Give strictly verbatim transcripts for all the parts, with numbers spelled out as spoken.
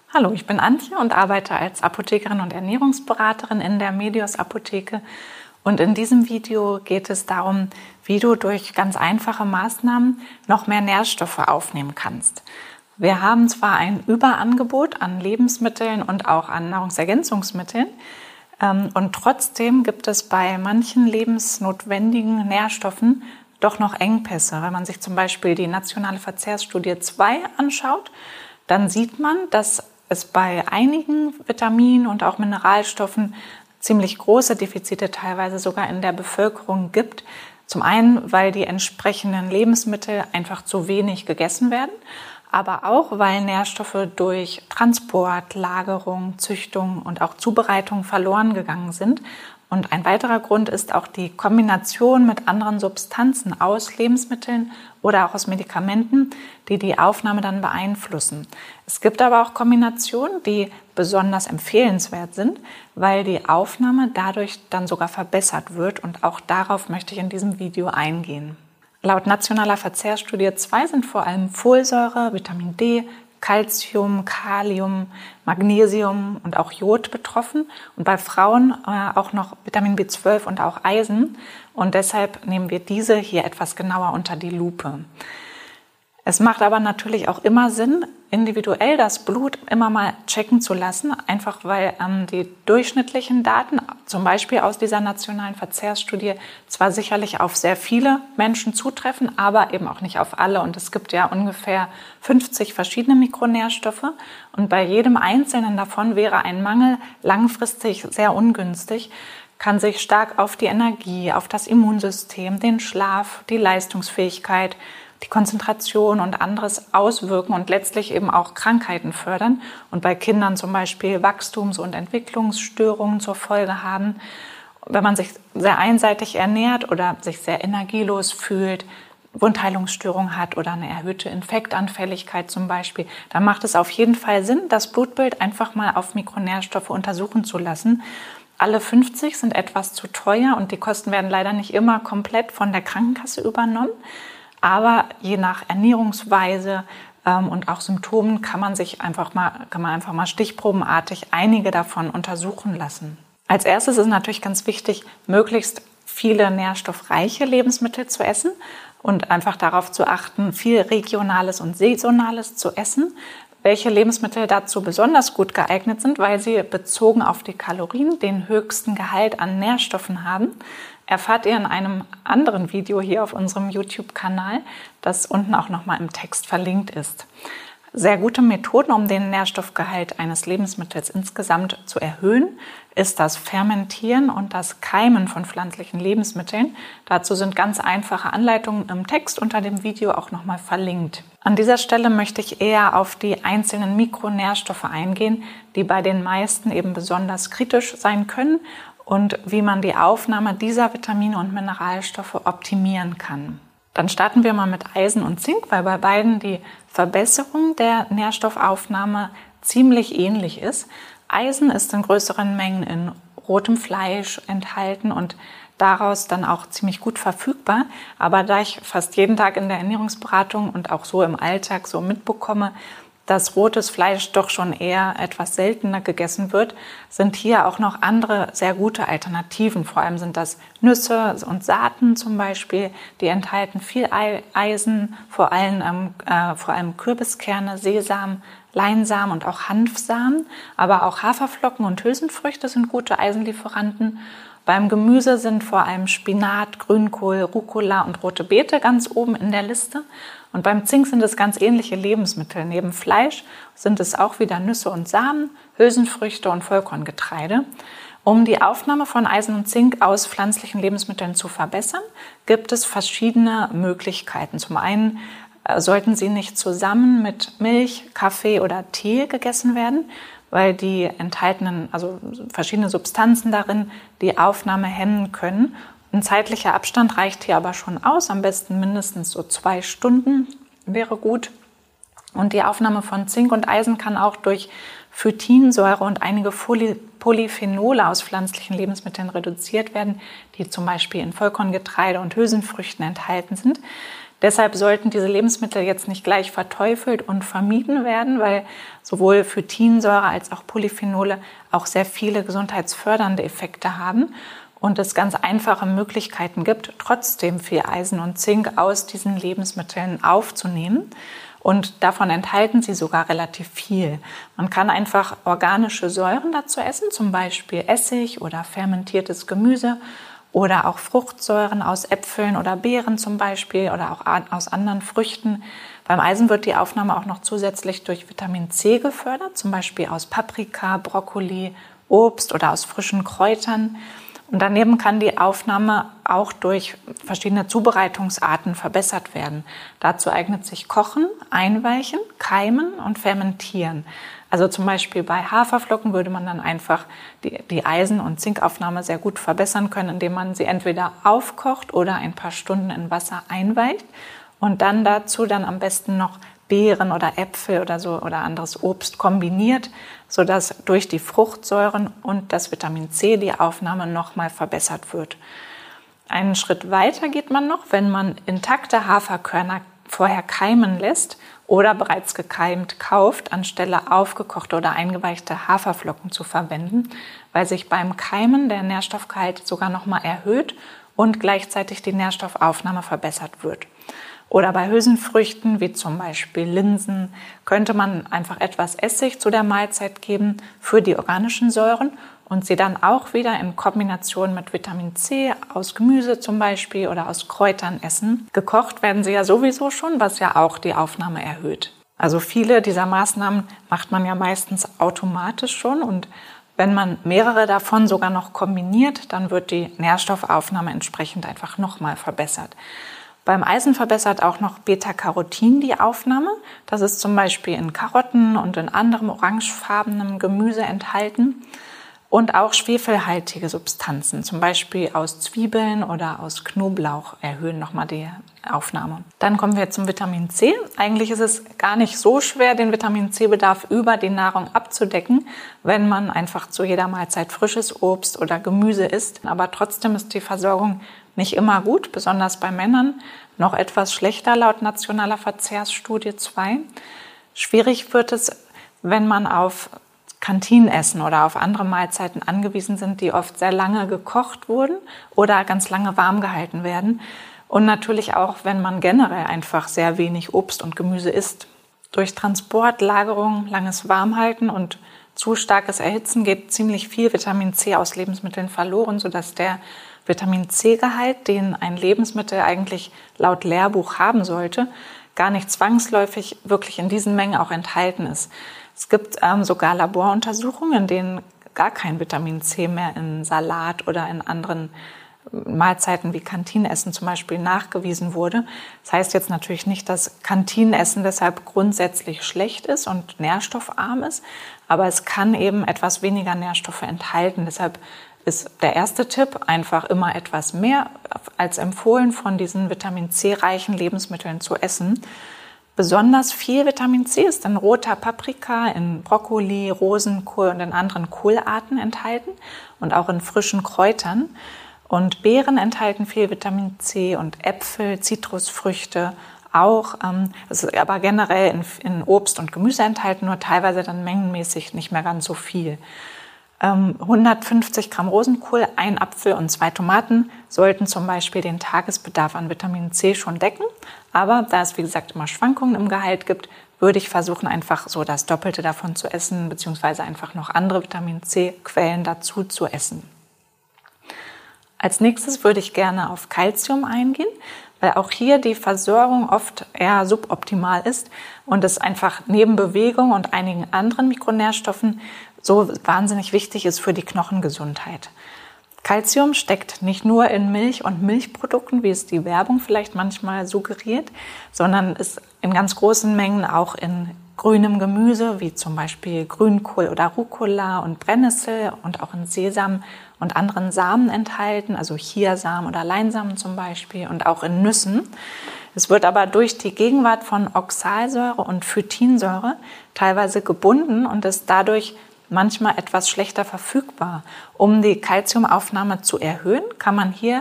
Hallo, ich bin Antje und arbeite als Apothekerin und Ernährungsberaterin in der Medios Apotheke. Und in diesem Video geht es darum, wie du durch ganz einfache Maßnahmen noch mehr Nährstoffe aufnehmen kannst. Wir haben zwar ein Überangebot an Lebensmitteln und auch an Nahrungsergänzungsmitteln, und trotzdem gibt es bei manchen lebensnotwendigen Nährstoffen doch noch Engpässe. Wenn man sich zum Beispiel die nationale Verzehrsstudie zwei anschaut, dann sieht man, dass es bei einigen Vitaminen und auch Mineralstoffen ziemlich große Defizite teilweise sogar in der Bevölkerung gibt. Zum einen, weil die entsprechenden Lebensmittel einfach zu wenig gegessen werden, aber auch, weil Nährstoffe durch Transport, Lagerung, Züchtung und auch Zubereitung verloren gegangen sind. Und ein weiterer Grund ist auch die Kombination mit anderen Substanzen aus Lebensmitteln oder auch aus Medikamenten, die die Aufnahme dann beeinflussen. Es gibt aber auch Kombinationen, die besonders empfehlenswert sind, weil die Aufnahme dadurch dann sogar verbessert wird. Und auch darauf möchte ich in diesem Video eingehen. Laut nationaler Verzehrsstudie zwei sind vor allem Folsäure, Vitamin D, Calcium, Kalium, Magnesium und auch Jod betroffen und bei Frauen äh, auch noch Vitamin B zwölf und auch Eisen. Und deshalb nehmen wir diese hier etwas genauer unter die Lupe. Es macht aber natürlich auch immer Sinn, individuell das Blut immer mal checken zu lassen, einfach weil ähm, die durchschnittlichen Daten, zum Beispiel aus dieser nationalen Verzehrsstudie, zwar sicherlich auf sehr viele Menschen zutreffen, aber eben auch nicht auf alle. Und es gibt ja ungefähr fünfzig verschiedene Mikronährstoffe und bei jedem einzelnen davon wäre ein Mangel langfristig sehr ungünstig, kann sich stark auf die Energie, auf das Immunsystem, den Schlaf, die Leistungsfähigkeit, die Konzentration und anderes auswirken und letztlich eben auch Krankheiten fördern und bei Kindern zum Beispiel Wachstums- und Entwicklungsstörungen zur Folge haben. Wenn man sich sehr einseitig ernährt oder sich sehr energielos fühlt, Wundheilungsstörungen hat oder eine erhöhte Infektanfälligkeit zum Beispiel, dann macht es auf jeden Fall Sinn, das Blutbild einfach mal auf Mikronährstoffe untersuchen zu lassen. Alle fünfzig sind etwas zu teuer und die Kosten werden leider nicht immer komplett von der Krankenkasse übernommen. Aber je nach Ernährungsweise ähm, und auch Symptomen kann man sich einfach mal, kann man einfach mal stichprobenartig einige davon untersuchen lassen. Als erstes ist natürlich ganz wichtig, möglichst viele nährstoffreiche Lebensmittel zu essen und einfach darauf zu achten, viel Regionales und Saisonales zu essen. Welche Lebensmittel dazu besonders gut geeignet sind, weil sie bezogen auf die Kalorien den höchsten Gehalt an Nährstoffen haben, erfahrt ihr in einem anderen Video hier auf unserem YouTube-Kanal, das unten auch nochmal im Text verlinkt ist. Sehr gute Methoden, um den Nährstoffgehalt eines Lebensmittels insgesamt zu erhöhen, ist das Fermentieren und das Keimen von pflanzlichen Lebensmitteln. Dazu sind ganz einfache Anleitungen im Text unter dem Video auch nochmal verlinkt. An dieser Stelle möchte ich eher auf die einzelnen Mikronährstoffe eingehen, die bei den meisten eben besonders kritisch sein können und wie man die Aufnahme dieser Vitamine und Mineralstoffe optimieren kann. Dann starten wir mal mit Eisen und Zink, weil bei beiden die Verbesserung der Nährstoffaufnahme ziemlich ähnlich ist. Eisen ist in größeren Mengen in rotem Fleisch enthalten und daraus dann auch ziemlich gut verfügbar. Aber da ich fast jeden Tag in der Ernährungsberatung und auch so im Alltag so mitbekomme, dass rotes Fleisch doch schon eher etwas seltener gegessen wird, sind hier auch noch andere sehr gute Alternativen. Vor allem sind das Nüsse und Saaten zum Beispiel, die enthalten viel Eisen, vor allem, äh, vor allem Kürbiskerne, Sesam, Leinsamen und auch Hanfsamen, aber auch Haferflocken und Hülsenfrüchte sind gute Eisenlieferanten. Beim Gemüse sind vor allem Spinat, Grünkohl, Rucola und rote Beete ganz oben in der Liste. Und beim Zink sind es ganz ähnliche Lebensmittel. Neben Fleisch sind es auch wieder Nüsse und Samen, Hülsenfrüchte und Vollkorngetreide. Um die Aufnahme von Eisen und Zink aus pflanzlichen Lebensmitteln zu verbessern, gibt es verschiedene Möglichkeiten. Zum einen sollten sie nicht zusammen mit Milch, Kaffee oder Tee gegessen werden, weil die enthaltenen, also verschiedene Substanzen darin, die Aufnahme hemmen können. Ein zeitlicher Abstand reicht hier aber schon aus, am besten mindestens so zwei Stunden wäre gut. Und die Aufnahme von Zink und Eisen kann auch durch Phytinsäure und einige Polyphenole aus pflanzlichen Lebensmitteln reduziert werden, die zum Beispiel in Vollkorngetreide und Hülsenfrüchten enthalten sind. Deshalb sollten diese Lebensmittel jetzt nicht gleich verteufelt und vermieden werden, weil sowohl Phytinsäure als auch Polyphenole auch sehr viele gesundheitsfördernde Effekte haben und es ganz einfache Möglichkeiten gibt, trotzdem viel Eisen und Zink aus diesen Lebensmitteln aufzunehmen. Und davon enthalten sie sogar relativ viel. Man kann einfach organische Säuren dazu essen, zum Beispiel Essig oder fermentiertes Gemüse oder auch Fruchtsäuren aus Äpfeln oder Beeren zum Beispiel oder auch aus anderen Früchten. Beim Eisen wird die Aufnahme auch noch zusätzlich durch Vitamin C gefördert, zum Beispiel aus Paprika, Brokkoli, Obst oder aus frischen Kräutern. Und daneben kann die Aufnahme auch durch verschiedene Zubereitungsarten verbessert werden. Dazu eignet sich Kochen, Einweichen, Keimen und Fermentieren. Also zum Beispiel bei Haferflocken würde man dann einfach die, die Eisen- und Zinkaufnahme sehr gut verbessern können, indem man sie entweder aufkocht oder ein paar Stunden in Wasser einweicht und dann dazu dann am besten noch Beeren oder Äpfel oder so oder anderes Obst kombiniert, sodass durch die Fruchtsäuren und das Vitamin C die Aufnahme nochmal verbessert wird. Einen Schritt weiter geht man noch, wenn man intakte Haferkörner vorher keimen lässt oder bereits gekeimt kauft, anstelle aufgekochte oder eingeweichte Haferflocken zu verwenden, weil sich beim Keimen der Nährstoffgehalt sogar nochmal erhöht und gleichzeitig die Nährstoffaufnahme verbessert wird. Oder bei Hülsenfrüchten, wie zum Beispiel Linsen, könnte man einfach etwas Essig zu der Mahlzeit geben für die organischen Säuren und sie dann auch wieder in Kombination mit Vitamin C aus Gemüse zum Beispiel oder aus Kräutern essen. Gekocht werden sie ja sowieso schon, was ja auch die Aufnahme erhöht. Also viele dieser Maßnahmen macht man ja meistens automatisch schon und wenn man mehrere davon sogar noch kombiniert, dann wird die Nährstoffaufnahme entsprechend einfach nochmal verbessert. Beim Eisen verbessert auch noch Beta-Carotin die Aufnahme. Das ist zum Beispiel in Karotten und in anderem orangefarbenem Gemüse enthalten. Und auch schwefelhaltige Substanzen, zum Beispiel aus Zwiebeln oder aus Knoblauch, erhöhen nochmal die Aufnahme. Dann kommen wir zum Vitamin C. Eigentlich ist es gar nicht so schwer, den Vitamin C-Bedarf über die Nahrung abzudecken, wenn man einfach zu jeder Mahlzeit frisches Obst oder Gemüse isst. Aber trotzdem ist die Versorgung nicht immer gut, besonders bei Männern, noch etwas schlechter laut Nationaler Verzehrsstudie zwei. Schwierig wird es, wenn man auf Kantinenessen oder auf andere Mahlzeiten angewiesen sind, die oft sehr lange gekocht wurden oder ganz lange warm gehalten werden. Und natürlich auch, wenn man generell einfach sehr wenig Obst und Gemüse isst. Durch Transport, Lagerung, langes Warmhalten und zu starkes Erhitzen geht ziemlich viel Vitamin C aus Lebensmitteln verloren, sodass der Vitamin C-Gehalt, den ein Lebensmittel eigentlich laut Lehrbuch haben sollte, gar nicht zwangsläufig wirklich in diesen Mengen auch enthalten ist. Es gibt ähm, sogar Laboruntersuchungen, in denen gar kein Vitamin C mehr in Salat oder in anderen Mahlzeiten wie Kantinenessen zum Beispiel nachgewiesen wurde. Das heißt jetzt natürlich nicht, dass Kantinenessen deshalb grundsätzlich schlecht ist und nährstoffarm ist, aber es kann eben etwas weniger Nährstoffe enthalten. Deshalb ist der erste Tipp einfach immer etwas mehr als empfohlen von diesen Vitamin C-reichen Lebensmitteln zu essen. Besonders viel Vitamin C ist in roter Paprika, in Brokkoli, Rosenkohl und in anderen Kohlarten enthalten und auch in frischen Kräutern. Und Beeren enthalten viel Vitamin C und Äpfel, Zitrusfrüchte auch. Es ist aber generell in, in Obst und Gemüse enthalten, nur teilweise dann mengenmäßig nicht mehr ganz so viel. hundertfünfzig Gramm Rosenkohl, ein Apfel und zwei Tomaten sollten zum Beispiel den Tagesbedarf an Vitamin C schon decken. Aber da es, wie gesagt, immer Schwankungen im Gehalt gibt, würde ich versuchen, einfach so das Doppelte davon zu essen, beziehungsweise einfach noch andere Vitamin C-Quellen dazu zu essen. Als nächstes würde ich gerne auf Calcium eingehen, weil auch hier die Versorgung oft eher suboptimal ist und es einfach neben Bewegung und einigen anderen Mikronährstoffen so wahnsinnig wichtig ist für die Knochengesundheit. Calcium steckt nicht nur in Milch und Milchprodukten, wie es die Werbung vielleicht manchmal suggeriert, sondern ist in ganz großen Mengen auch in grünem Gemüse, wie zum Beispiel Grünkohl oder Rucola und Brennnessel und auch in Sesam und anderen Samen enthalten, also Chiasamen oder Leinsamen zum Beispiel und auch in Nüssen. Es wird aber durch die Gegenwart von Oxalsäure und Phytinsäure teilweise gebunden und ist dadurch manchmal etwas schlechter verfügbar. Um die Calciumaufnahme zu erhöhen, kann man hier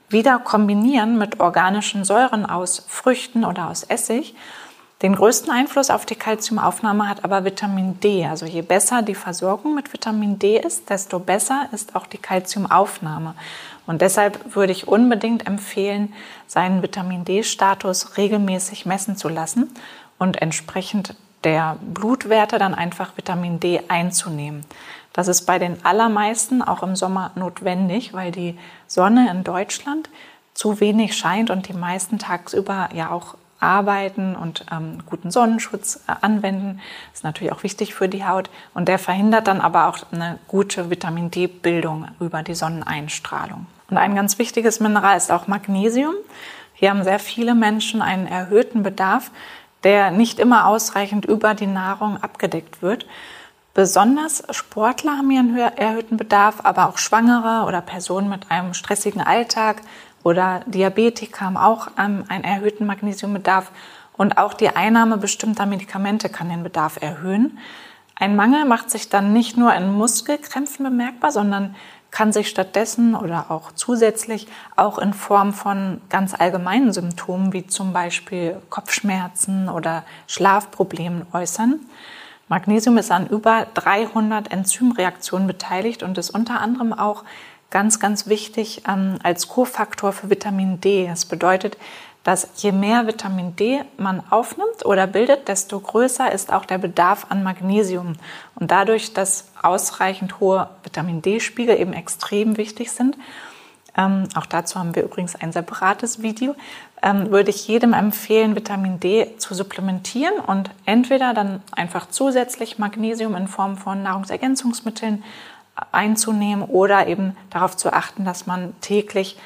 wieder kombinieren mit organischen Säuren aus Früchten oder aus Essig. Den größten Einfluss auf die Calciumaufnahme hat aber Vitamin D. Also je besser die Versorgung mit Vitamin D ist, desto besser ist auch die Calciumaufnahme. Und deshalb würde ich unbedingt empfehlen, seinen Vitamin D-Status regelmäßig messen zu lassen und entsprechend der Blutwerte dann einfach Vitamin D einzunehmen. Das ist bei den allermeisten auch im Sommer notwendig, weil die Sonne in Deutschland zu wenig scheint und die meisten tagsüber ja auch arbeiten und ähm, guten Sonnenschutz äh, anwenden. Das ist natürlich auch wichtig für die Haut. Und der verhindert dann aber auch eine gute Vitamin D-Bildung über die Sonneneinstrahlung. Und ein ganz wichtiges Mineral ist auch Magnesium. Hier haben sehr viele Menschen einen erhöhten Bedarf, der nicht immer ausreichend über die Nahrung abgedeckt wird. Besonders Sportler haben hier einen erhöhten Bedarf, aber auch Schwangere oder Personen mit einem stressigen Alltag oder Diabetiker haben auch einen erhöhten Magnesiumbedarf. Und auch die Einnahme bestimmter Medikamente kann den Bedarf erhöhen. Ein Mangel macht sich dann nicht nur in Muskelkrämpfen bemerkbar, sondern kann sich stattdessen oder auch zusätzlich auch in Form von ganz allgemeinen Symptomen wie zum Beispiel Kopfschmerzen oder Schlafproblemen äußern. Magnesium ist an über dreihundert Enzymreaktionen beteiligt und ist unter anderem auch ganz, ganz wichtig ähm, als Kofaktor für Vitamin D. Das bedeutet, dass je mehr Vitamin D man aufnimmt oder bildet, desto größer ist auch der Bedarf an Magnesium. Und dadurch, dass ausreichend hohe Vitamin D-Spiegel eben extrem wichtig sind, ähm, auch dazu haben wir übrigens ein separates Video, ähm, würde ich jedem empfehlen, Vitamin D zu supplementieren und entweder dann einfach zusätzlich Magnesium in Form von Nahrungsergänzungsmitteln einzunehmen oder eben darauf zu achten, dass man täglich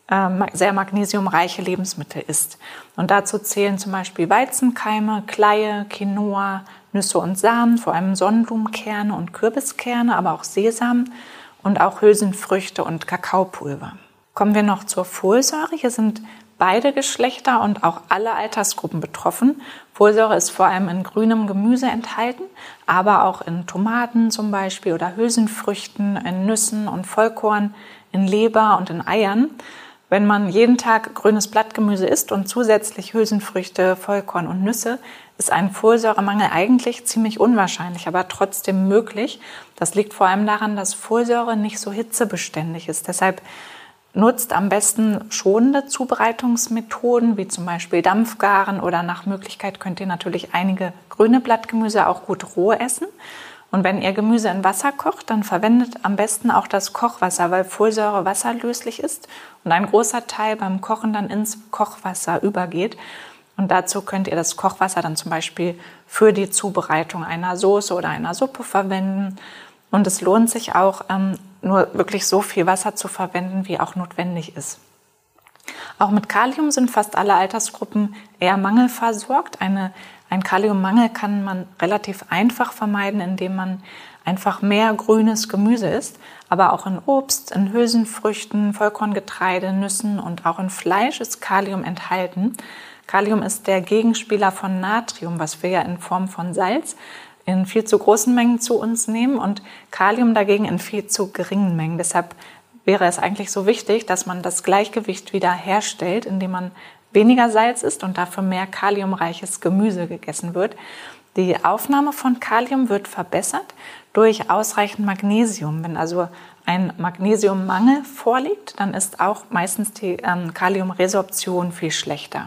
sehr magnesiumreiche Lebensmittel isst. Und dazu zählen zum Beispiel Weizenkeime, Kleie, Quinoa, Nüsse und Samen, vor allem Sonnenblumenkerne und Kürbiskerne, aber auch Sesam und auch Hülsenfrüchte und Kakaopulver. Kommen wir noch zur Folsäure. Hier sind beide Geschlechter und auch alle Altersgruppen betroffen. Folsäure ist vor allem in grünem Gemüse enthalten, aber auch in Tomaten zum Beispiel oder Hülsenfrüchten, in Nüssen und Vollkorn, in Leber und in Eiern. Wenn man jeden Tag grünes Blattgemüse isst und zusätzlich Hülsenfrüchte, Vollkorn und Nüsse, ist ein Folsäuremangel eigentlich ziemlich unwahrscheinlich, aber trotzdem möglich. Das liegt vor allem daran, dass Folsäure nicht so hitzebeständig ist. Deshalb nutzt am besten schonende Zubereitungsmethoden, wie zum Beispiel Dampfgaren oder nach Möglichkeit könnt ihr natürlich einige grüne Blattgemüse auch gut roh essen. Und wenn ihr Gemüse in Wasser kocht, dann verwendet am besten auch das Kochwasser, weil Folsäure wasserlöslich ist und ein großer Teil beim Kochen dann ins Kochwasser übergeht. Und dazu könnt ihr das Kochwasser dann zum Beispiel für die Zubereitung einer Soße oder einer Suppe verwenden. Und es lohnt sich auch, ähm, nur wirklich so viel Wasser zu verwenden, wie auch notwendig ist. Auch mit Kalium sind fast alle Altersgruppen eher mangelversorgt. Eine Ein Kaliummangel kann man relativ einfach vermeiden, indem man einfach mehr grünes Gemüse isst. Aber auch in Obst, in Hülsenfrüchten, Vollkorngetreide, Nüssen und auch in Fleisch ist Kalium enthalten. Kalium ist der Gegenspieler von Natrium, was wir ja in Form von Salz in viel zu großen Mengen zu uns nehmen und Kalium dagegen in viel zu geringen Mengen. Deshalb wäre es eigentlich so wichtig, dass man das Gleichgewicht wieder herstellt, indem man weniger Salz isst und dafür mehr kaliumreiches Gemüse gegessen wird. Die Aufnahme von Kalium wird verbessert durch ausreichend Magnesium. Wenn also ein Magnesiummangel vorliegt, dann ist auch meistens die ähm, Kaliumresorption viel schlechter.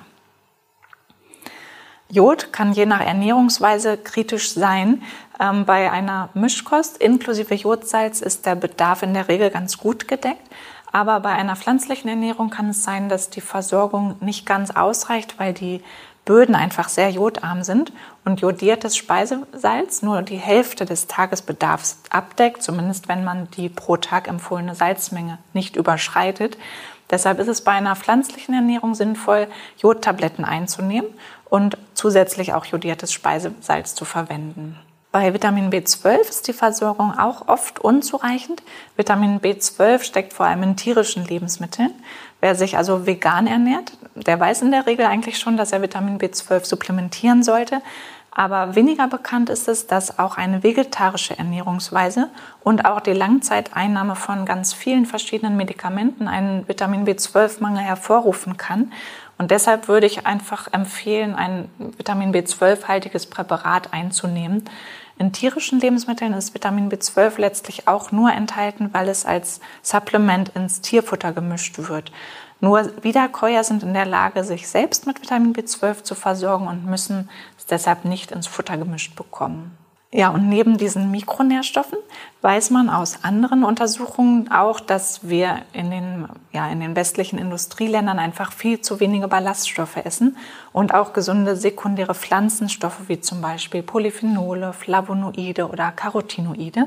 Jod kann je nach Ernährungsweise kritisch sein. Ähm, bei einer Mischkost inklusive Jodsalz ist der Bedarf in der Regel ganz gut gedeckt. Aber bei einer pflanzlichen Ernährung kann es sein, dass die Versorgung nicht ganz ausreicht, weil die Böden einfach sehr jodarm sind und jodiertes Speisesalz nur die Hälfte des Tagesbedarfs abdeckt, zumindest wenn man die pro Tag empfohlene Salzmenge nicht überschreitet. Deshalb ist es bei einer pflanzlichen Ernährung sinnvoll, Jodtabletten einzunehmen und zusätzlich auch jodiertes Speisesalz zu verwenden. Bei Vitamin B zwölf ist die Versorgung auch oft unzureichend. Vitamin B zwölf steckt vor allem in tierischen Lebensmitteln. Wer sich also vegan ernährt, der weiß in der Regel eigentlich schon, dass er Vitamin B zwölf supplementieren sollte. Aber weniger bekannt ist es, dass auch eine vegetarische Ernährungsweise und auch die Langzeiteinnahme von ganz vielen verschiedenen Medikamenten einen Vitamin B zwölf Mangel hervorrufen kann. Und deshalb würde ich einfach empfehlen, ein Vitamin B zwölf-haltiges Präparat einzunehmen. In tierischen Lebensmitteln ist Vitamin B zwölf letztlich auch nur enthalten, weil es als Supplement ins Tierfutter gemischt wird. Nur Wiederkäuer sind in der Lage, sich selbst mit Vitamin B zwölf zu versorgen und müssen es deshalb nicht ins Futter gemischt bekommen. Ja, und neben diesen Mikronährstoffen weiß man aus anderen Untersuchungen auch, dass wir in den, ja, in den westlichen Industrieländern einfach viel zu wenige Ballaststoffe essen und auch gesunde sekundäre Pflanzenstoffe wie zum Beispiel Polyphenole, Flavonoide oder Carotinoide.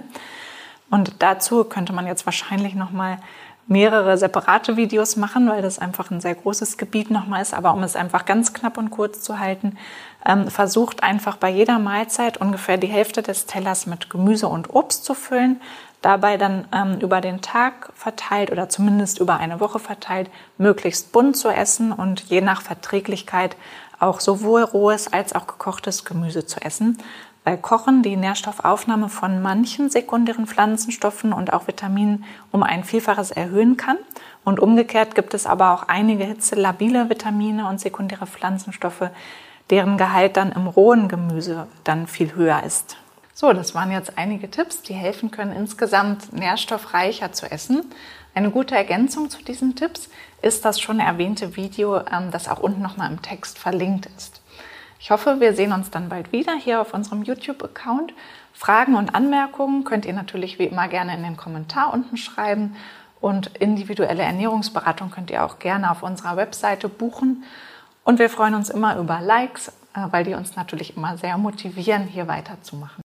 Und dazu könnte man jetzt wahrscheinlich nochmal mehrere separate Videos machen, weil das einfach ein sehr großes Gebiet nochmal ist. Aber um es einfach ganz knapp und kurz zu halten, ähm, versucht einfach bei jeder Mahlzeit ungefähr die Hälfte des Tellers mit Gemüse und Obst zu füllen. Dabei dann ähm, über den Tag verteilt oder zumindest über eine Woche verteilt, möglichst bunt zu essen und je nach Verträglichkeit auch sowohl rohes als auch gekochtes Gemüse zu essen. Weil Kochen die Nährstoffaufnahme von manchen sekundären Pflanzenstoffen und auch Vitaminen um ein Vielfaches erhöhen kann. Und umgekehrt gibt es aber auch einige hitzelabile Vitamine und sekundäre Pflanzenstoffe, deren Gehalt dann im rohen Gemüse dann viel höher ist. So, das waren jetzt einige Tipps, die helfen können, insgesamt nährstoffreicher zu essen. Eine gute Ergänzung zu diesen Tipps ist das schon erwähnte Video, das auch unten nochmal im Text verlinkt ist. Ich hoffe, wir sehen uns dann bald wieder hier auf unserem YouTube-Account. Fragen und Anmerkungen könnt ihr natürlich wie immer gerne in den Kommentar unten schreiben. Und individuelle Ernährungsberatung könnt ihr auch gerne auf unserer Webseite buchen. Und wir freuen uns immer über Likes, weil die uns natürlich immer sehr motivieren, hier weiterzumachen.